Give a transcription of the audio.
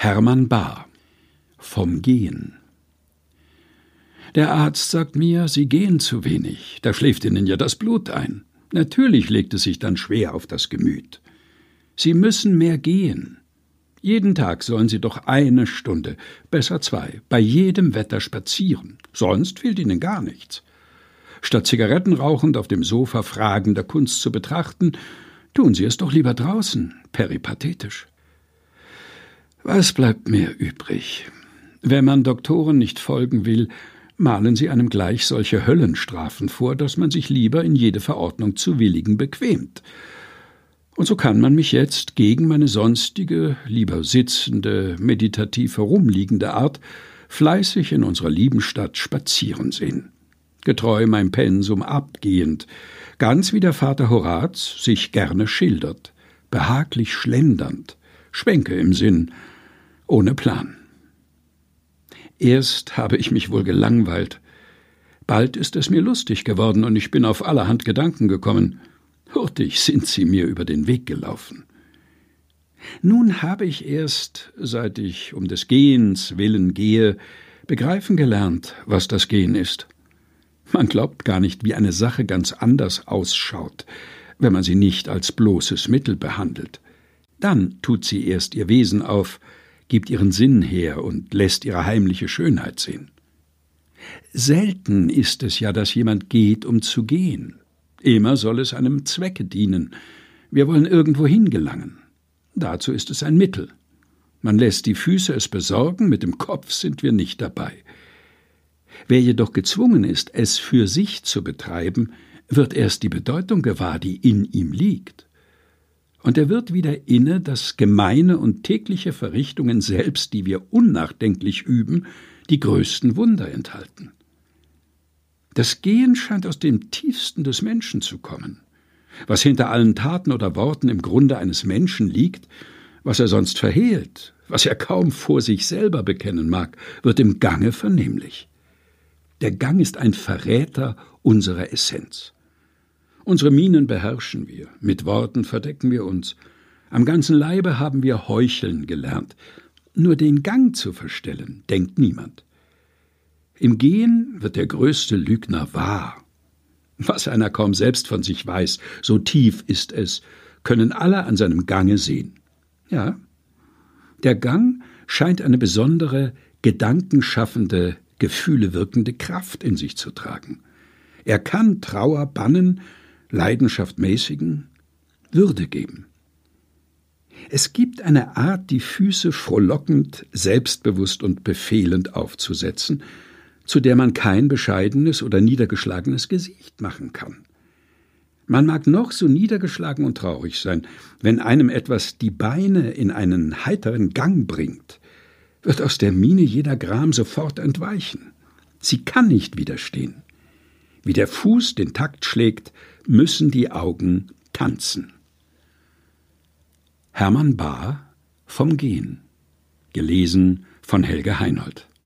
Hermann Bahr. Vom Gehen. Der Arzt sagt mir, Sie gehen zu wenig, da schläft Ihnen ja das Blut ein. Natürlich legt es sich dann schwer auf das Gemüt. Sie müssen mehr gehen. Jeden Tag sollen Sie doch 1 Stunde, besser 2, bei jedem Wetter spazieren, sonst fehlt Ihnen gar nichts. Statt Zigaretten rauchend auf dem Sofa fragender Kunst zu betrachten, tun Sie es doch lieber draußen, peripathetisch. Was bleibt mir übrig? Wenn man Doktoren nicht folgen will, malen sie einem gleich solche Höllenstrafen vor, dass man sich lieber in jede Verordnung zu willigen bequemt. Und so kann man mich jetzt gegen meine sonstige, lieber sitzende, meditativ herumliegende Art fleißig in unserer lieben Stadt spazieren sehen. Getreu mein Pensum abgehend, ganz wie der Vater Horaz sich gerne schildert, behaglich schlendernd, Schwänke im Sinn, ohne Plan. Erst habe ich mich wohl gelangweilt. Bald ist es mir lustig geworden und ich bin auf allerhand Gedanken gekommen. Hurtig sind sie mir über den Weg gelaufen. Nun habe ich erst, seit ich um des Gehens willen gehe, begreifen gelernt, was das Gehen ist. Man glaubt gar nicht, wie eine Sache ganz anders ausschaut, wenn man sie nicht als bloßes Mittel behandelt. Dann tut sie erst ihr Wesen auf, gibt ihren Sinn her und lässt ihre heimliche Schönheit sehen. Selten ist es ja, dass jemand geht, um zu gehen. Immer soll es einem Zwecke dienen. Wir wollen irgendwo hingelangen. Dazu ist es ein Mittel. Man lässt die Füße es besorgen, mit dem Kopf sind wir nicht dabei. Wer jedoch gezwungen ist, es für sich zu betreiben, wird erst die Bedeutung gewahr, die in ihm liegt. Und er wird wieder inne, dass gemeine und tägliche Verrichtungen selbst, die wir unnachdenklich üben, die größten Wunder enthalten. Das Gehen scheint aus dem Tiefsten des Menschen zu kommen. Was hinter allen Taten oder Worten im Grunde eines Menschen liegt, was er sonst verhehlt, was er kaum vor sich selber bekennen mag, wird im Gange vernehmlich. Der Gang ist ein Verräter unserer Essenz. Unsere Mienen beherrschen wir, mit Worten verdecken wir uns. Am ganzen Leibe haben wir heucheln gelernt. Nur den Gang zu verstellen, denkt niemand. Im Gehen wird der größte Lügner wahr. Was einer kaum selbst von sich weiß, so tief ist es, können alle an seinem Gange sehen. Ja, der Gang scheint eine besondere, gedankenschaffende, Gefühle wirkende Kraft in sich zu tragen. Er kann Trauer bannen, Leidenschaft mäßigen, Würde geben. Es gibt eine Art, die Füße frohlockend, selbstbewusst und befehlend aufzusetzen, zu der man kein bescheidenes oder niedergeschlagenes Gesicht machen kann. Man mag noch so niedergeschlagen und traurig sein, wenn einem etwas die Beine in einen heiteren Gang bringt, wird aus der Miene jeder Gram sofort entweichen. Sie kann nicht widerstehen. Wie der Fuß den Takt schlägt, müssen die Augen tanzen. Hermann Bahr, Vom Gehen. Gelesen von Helge Heinold.